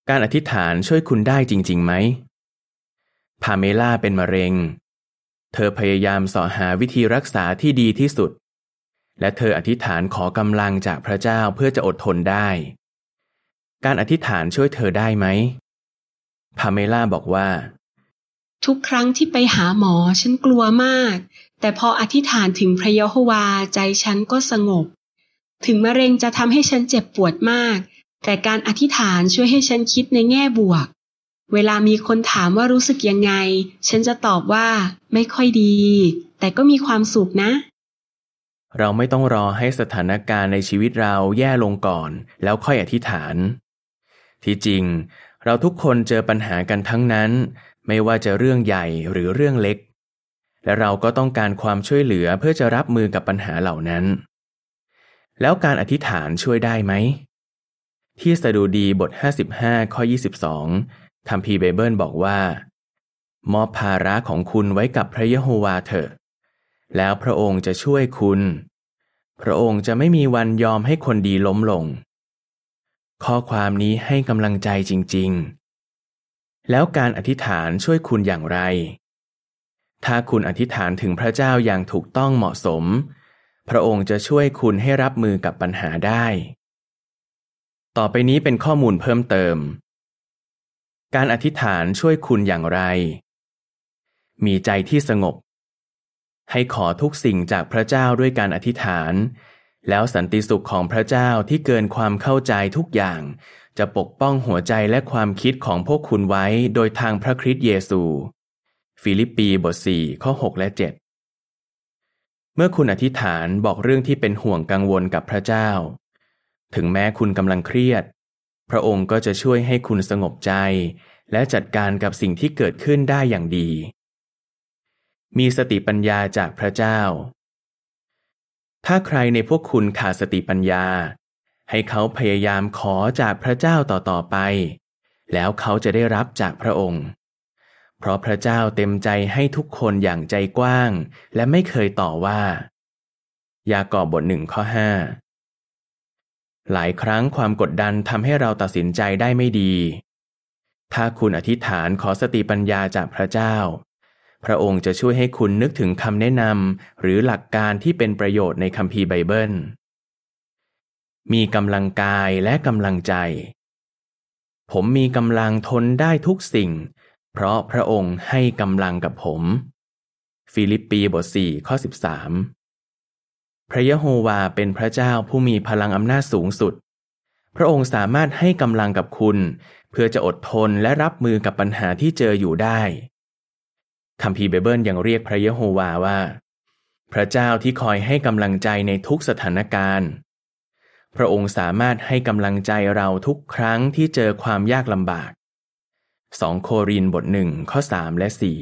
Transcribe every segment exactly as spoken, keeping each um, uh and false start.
การอธิษฐานช่วยคุณได้จริงๆไหมพาเมล่าเป็นมะเร็งเธอพยายามเสาะหาวิธีรักษาที่ดีที่สุดและเธออธิษฐานขอกำลังจากพระเจ้าเพื่อจะอดทนได้การอธิษฐานช่วยเธอได้ไหมพาเมล่าบอกว่าทุกครั้งที่ไปหาหมอฉันกลัวมากแต่พออธิษฐานถึงพระยะโฮวาใจฉันก็สงบถึงมะเร็งจะทำให้ฉันเจ็บปวดมากแต่การอธิษฐานช่วยให้ฉันคิดในแง่บวกเวลามีคนถามว่ารู้สึกยังไงฉันจะตอบว่าไม่ค่อยดีแต่ก็มีความสุขนะเราไม่ต้องรอให้สถานการณ์ในชีวิตเราแย่ลงก่อนแล้วค่อยอธิษฐานที่จริงเราทุกคนเจอปัญหากันทั้งนั้นไม่ว่าจะเรื่องใหญ่หรือเรื่องเล็กและเราก็ต้องการความช่วยเหลือเพื่อจะรับมือกับปัญหาเหล่านั้นแล้วการอธิษฐานช่วยได้ไหมที่สดุดีบทห้าสิบห้าข้อยี่สิบสองคัมภีร์ไบเบิลบอกว่ามอบภาระของคุณไว้กับพระยะโฮวาเถอะแล้วพระองค์จะช่วยคุณพระองค์จะไม่มีวันยอมให้คนดีล้มลงข้อความนี้ให้กำลังใจจริงๆแล้วการอธิษฐานช่วยคุณอย่างไรถ้าคุณอธิษฐานถึงพระเจ้าอย่างถูกต้องเหมาะสมพระองค์จะช่วยคุณให้รับมือกับปัญหาได้ต่อไปนี้เป็นข้อมูลเพิ่มเติมการอธิษฐานช่วยคุณอย่างไรมีใจที่สงบให้ขอทุกสิ่งจากพระเจ้าด้วยการอธิษฐานแล้วสันติสุขของพระเจ้าที่เกินความเข้าใจทุกอย่างจะปกป้องหัวใจและความคิดของพวกคุณไว้โดยทางพระคริสต์เยซูฟิลิปปีบทสี่ข้อหกและเจ็ดเมื่อคุณอธิษฐานบอกเรื่องที่เป็นห่วงกังวลกับพระเจ้าถึงแม้คุณกำลังเครียดพระองค์ก็จะช่วยให้คุณสงบใจและจัดการกับสิ่งที่เกิดขึ้นได้อย่างดีมีสติปัญญาจากพระเจ้าถ้าใครในพวกคุณขาดสติปัญญาให้เขาพยายามขอจากพระเจ้าต่อๆไปแล้วเขาจะได้รับจากพระองค์เพราะพระเจ้าเต็มใจให้ทุกคนอย่างใจกว้างและไม่เคยต่อว่ายากอบบทหนึ่งข้อห้าหลายครั้งความกดดันทำให้เราตัดสินใจได้ไม่ดีถ้าคุณอธิษฐานขอสติปัญญาจากพระเจ้าพระองค์จะช่วยให้คุณนึกถึงคำแนะนำหรือหลักการที่เป็นประโยชน์ในคัมภีร์ไบเบิลมีกำลังกายและกำลังใจผมมีกำลังทนได้ทุกสิ่งเพราะพระองค์ให้กำลังกับผมฟิลิปปีบทสี่ข้อสิบสามพระยะโฮวาเป็นพระเจ้าผู้มีพลังอำนาจสูงสุดพระองค์สามารถให้กำลังกับคุณเพื่อจะอดทนและรับมือกับปัญหาที่เจออยู่ได้คัมภีร์ไบเบิลยังเรียกพระยะโฮวาว่าพระเจ้าที่คอยให้กำลังใจในทุกสถานการณ์พระองค์สามารถให้กำลังใจเราทุกครั้งที่เจอความยากลำบากสองโครินธ์บทหนึ่งข้อสามและสี่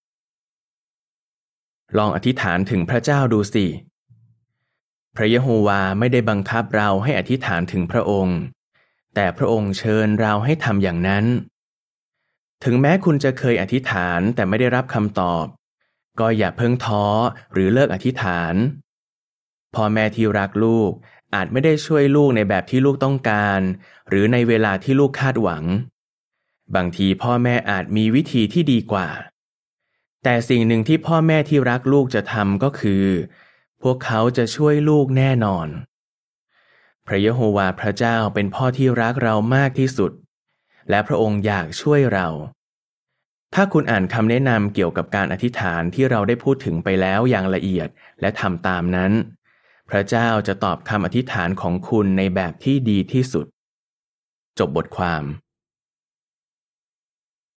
ลองอธิษฐานถึงพระเจ้าดูสิพระยะโฮวาไม่ได้บังคับเราให้อธิษฐานถึงพระองค์แต่พระองค์เชิญเราให้ทำอย่างนั้นถึงแม้คุณจะเคยอธิษฐานแต่ไม่ได้รับคำตอบก็อย่าเพิ่งท้อหรือเลิกอธิษฐานพ่อแม่ที่รักลูกอาจไม่ได้ช่วยลูกในแบบที่ลูกต้องการหรือในเวลาที่ลูกคาดหวังบางทีพ่อแม่อาจมีวิธีที่ดีกว่าแต่สิ่งหนึ่งที่พ่อแม่ที่รักลูกจะทำก็คือพวกเขาจะช่วยลูกแน่นอนพระยะโฮวาพระเจ้าเป็นพ่อที่รักเรามากที่สุดและพระองค์อยากช่วยเราถ้าคุณอ่านคำแนะนำเกี่ยวกับการอธิษฐานที่เราได้พูดถึงไปแล้วอย่างละเอียดและทำตามนั้นพระเจ้าจะตอบคำอธิษฐานของคุณในแบบที่ดีที่สุดจบบทความ